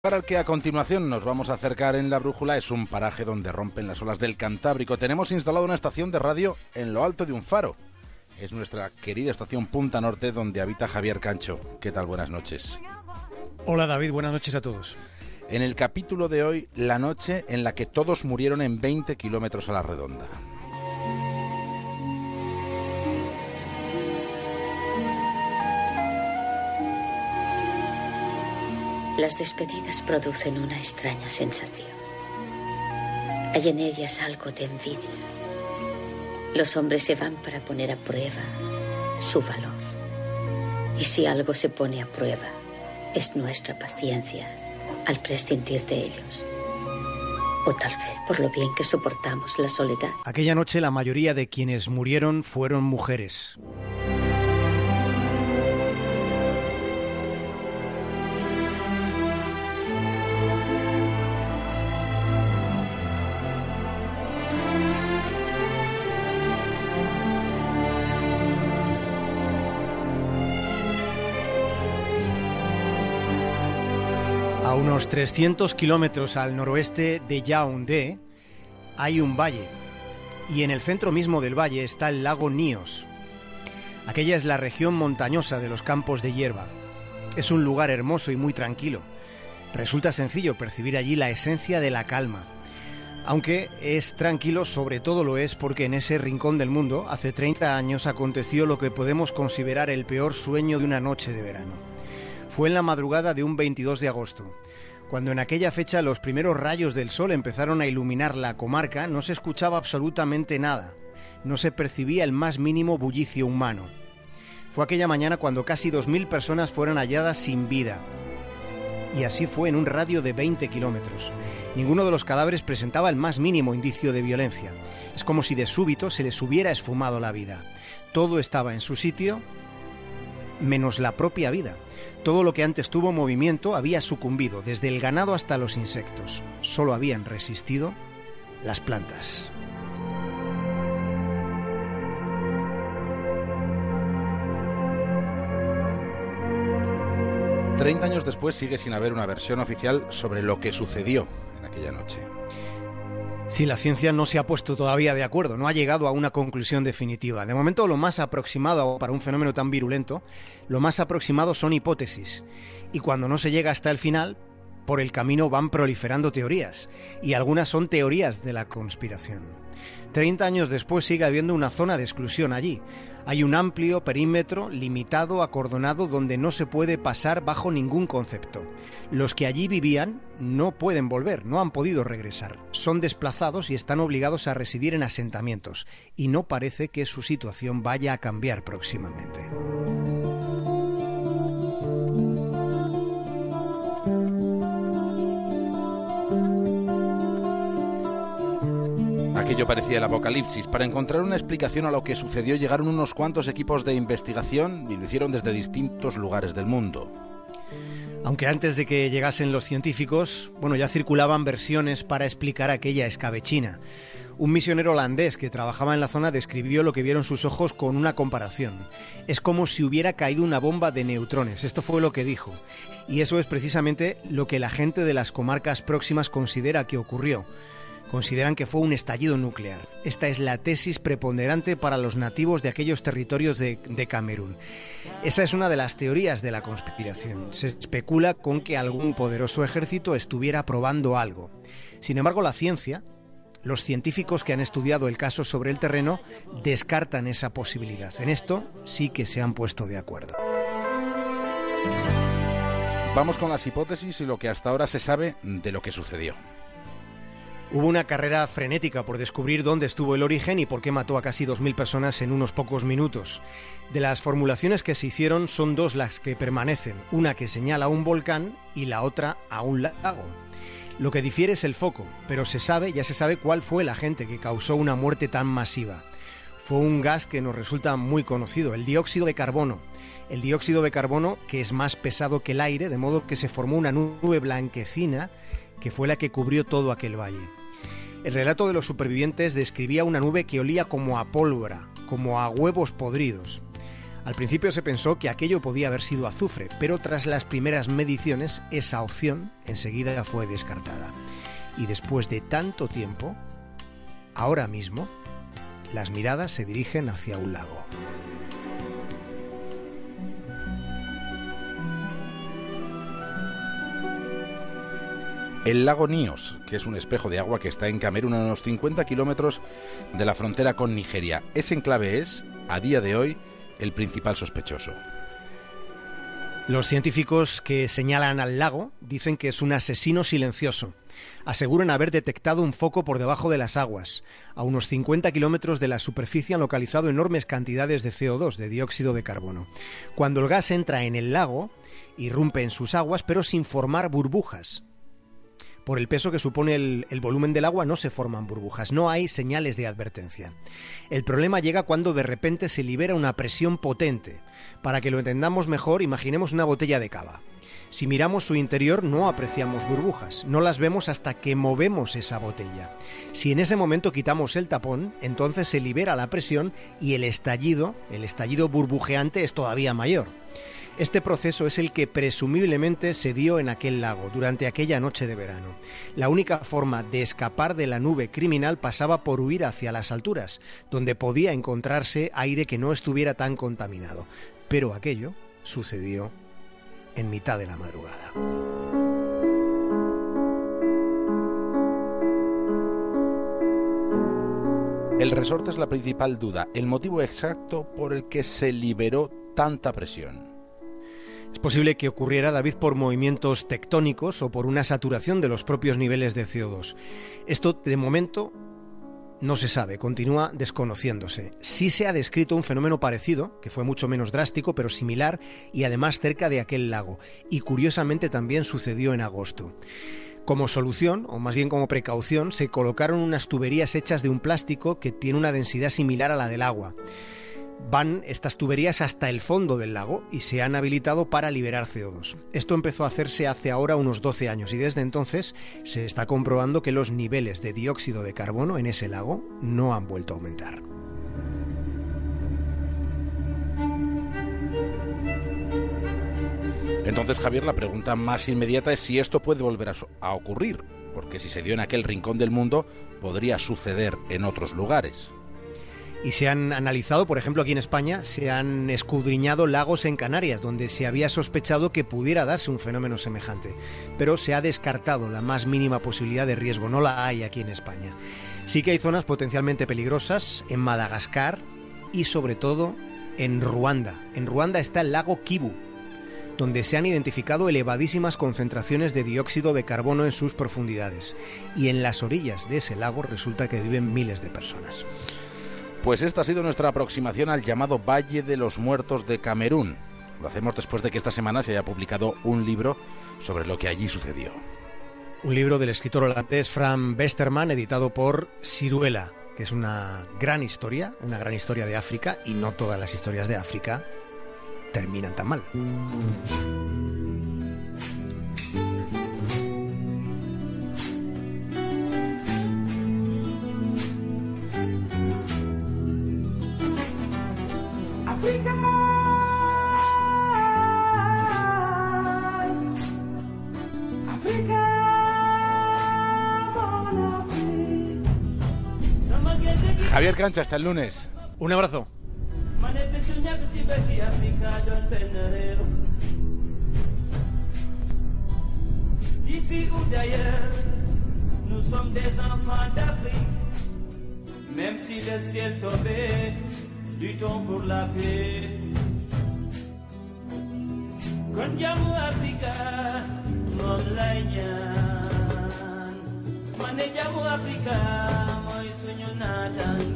Para el que a continuación nos vamos a acercar en la brújula es un paraje donde rompen las olas del Cantábrico. Tenemos instalada una estación de radio en lo alto de un faro. Es nuestra querida estación Punta Norte, donde habita Javier Cancho. ¿Qué tal? Buenas noches. Hola David, buenas noches a todos. En el capítulo de hoy, la noche en la que todos murieron en 20 kilómetros a la redonda. Las despedidas producen una extraña sensación. Hay en ellas algo de envidia. Los hombres se van para poner a prueba su valor. Y si algo se pone a prueba, es nuestra paciencia al prescindir de ellos. O tal vez por lo bien que soportamos la soledad. Aquella noche la mayoría de quienes murieron fueron mujeres. A unos 300 kilómetros al noroeste de Yaoundé hay un valle, y en el centro mismo del valle está el lago Nyos. Aquella es la región montañosa de los campos de hierba. Es un lugar hermoso y muy tranquilo. Resulta sencillo percibir allí la esencia de la calma. Aunque es tranquilo, sobre todo lo es porque en ese rincón del mundo, hace 30 años, aconteció lo que podemos considerar el peor sueño de una noche de verano. Fue en la madrugada de un 22 de agosto. Cuando en aquella fecha los primeros rayos del sol empezaron a iluminar la comarca, no se escuchaba absolutamente nada. No se percibía el más mínimo bullicio humano. Fue aquella mañana cuando casi 2.000 personas fueron halladas sin vida. Y así fue en un radio de 20 kilómetros. Ninguno de los cadáveres presentaba el más mínimo indicio de violencia. Es como si de súbito se les hubiera esfumado la vida. Todo estaba en su sitio, menos la propia vida. Todo lo que antes tuvo movimiento había sucumbido, desde el ganado hasta los insectos. Solo habían resistido las plantas. Treinta años después sigue sin haber una versión oficial sobre lo que sucedió en aquella noche. Sí, la ciencia no se ha puesto todavía de acuerdo, no ha llegado a una conclusión definitiva. De momento, lo más aproximado para un fenómeno tan virulento, lo más aproximado son hipótesis. Y cuando no se llega hasta el final, por el camino van proliferando teorías. Y algunas son teorías de la conspiración. 30 años después sigue habiendo una zona de exclusión allí. Hay un amplio perímetro limitado, acordonado, donde no se puede pasar bajo ningún concepto. Los que allí vivían no pueden volver, no han podido regresar. Son desplazados y están obligados a residir en asentamientos. Y no parece que su situación vaya a cambiar próximamente. Aquello parecía el apocalipsis. Para encontrar una explicación a lo que sucedió llegaron unos cuantos equipos de investigación y lo hicieron desde distintos lugares del mundo. Aunque antes de que llegasen los científicos, ya circulaban versiones para explicar aquella escabechina. Un misionero holandés que trabajaba en la zona describió lo que vieron sus ojos con una comparación. Es como si hubiera caído una bomba de neutrones. Esto fue lo que dijo. Y eso es precisamente lo que la gente de las comarcas próximas considera que ocurrió. Consideran que fue un estallido nuclear. Esta es la tesis preponderante para los nativos de aquellos territorios de Camerún. Esa es una de las teorías de la conspiración. Se especula con que algún poderoso ejército estuviera probando algo. Sin embargo, la ciencia, los científicos que han estudiado el caso sobre el terreno, descartan esa posibilidad. En esto sí que se han puesto de acuerdo. Vamos con las hipótesis y lo que hasta ahora se sabe de lo que sucedió. Hubo una carrera frenética por descubrir dónde estuvo el origen y por qué mató a casi 2.000 personas en unos pocos minutos. De las formulaciones que se hicieron son dos las que permanecen, una que señala a un volcán y la otra a un lago. Lo que difiere es el foco, pero ya se sabe cuál fue el agente que causó una muerte tan masiva. Fue un gas que nos resulta muy conocido, el dióxido de carbono. El dióxido de carbono, que es más pesado que el aire, de modo que se formó una nube blanquecina que fue la que cubrió todo aquel valle. El relato de los supervivientes describía una nube que olía como a pólvora, como a huevos podridos. Al principio se pensó que aquello podía haber sido azufre, pero tras las primeras mediciones esa opción enseguida fue descartada. Y después de tanto tiempo, ahora mismo, las miradas se dirigen hacia un lago. El lago Nyos, que es un espejo de agua que está en Camerún, a unos 50 kilómetros de la frontera con Nigeria. Ese enclave es, a día de hoy, el principal sospechoso. Los científicos que señalan al lago dicen que es un asesino silencioso. Aseguran haber detectado un foco por debajo de las aguas. A unos 50 kilómetros de la superficie han localizado enormes cantidades de CO2, de dióxido de carbono. Cuando el gas entra en el lago, irrumpe en sus aguas, pero sin formar burbujas. Por el peso que supone el volumen del agua no se forman burbujas, no hay señales de advertencia. El problema llega cuando de repente se libera una presión potente. Para que lo entendamos mejor, imaginemos una botella de cava. Si miramos su interior no apreciamos burbujas, no las vemos hasta que movemos esa botella. Si en ese momento quitamos el tapón, entonces se libera la presión y el estallido burbujeante es todavía mayor. Este proceso es el que presumiblemente se dio en aquel lago durante aquella noche de verano. La única forma de escapar de la nube criminal pasaba por huir hacia las alturas, donde podía encontrarse aire que no estuviera tan contaminado. Pero aquello sucedió en mitad de la madrugada. El resorte es la principal duda, el motivo exacto por el que se liberó tanta presión. Es posible que ocurriera, David, por movimientos tectónicos o por una saturación de los propios niveles de CO2. Esto, de momento, no se sabe, continúa desconociéndose. Sí se ha descrito un fenómeno parecido, que fue mucho menos drástico, pero similar, y además cerca de aquel lago. Y curiosamente también sucedió en agosto. Como solución, o más bien como precaución, se colocaron unas tuberías hechas de un plástico que tiene una densidad similar a la del agua. Van estas tuberías hasta el fondo del lago y se han habilitado para liberar CO2. Esto empezó a hacerse hace ahora unos 12 años y desde entonces se está comprobando que los niveles de dióxido de carbono en ese lago no han vuelto a aumentar. Entonces, Javier, la pregunta más inmediata es si esto puede volver a ocurrir, porque si se dio en aquel rincón del mundo, podría suceder en otros lugares. Y se han analizado, por ejemplo, aquí en España, se han escudriñado lagos en Canarias, donde se había sospechado que pudiera darse un fenómeno semejante. Pero se ha descartado la más mínima posibilidad de riesgo, no la hay aquí en España. Sí que hay zonas potencialmente peligrosas, en Madagascar y sobre todo en Ruanda. En Ruanda está el lago Kivu, donde se han identificado elevadísimas concentraciones de dióxido de carbono en sus profundidades. Y en las orillas de ese lago resulta que viven miles de personas. Pues esta ha sido nuestra aproximación al llamado Valle de los Muertos de Camerún. Lo hacemos después de que esta semana se haya publicado un libro sobre lo que allí sucedió. Un libro del escritor holandés Frank Westerman, editado por Siruela, que es una gran historia de África, y no todas las historias de África terminan tan mal. Javier Cancha, hasta el lunes. Un abrazo. Ici ou d'ailleurs, nous sommes des enfants d'Afrique. Même si le ciel tombait, luttons pour la paix. Con jamu Africa, mon lañan. Mane jamu Africa, moy suñu naatan.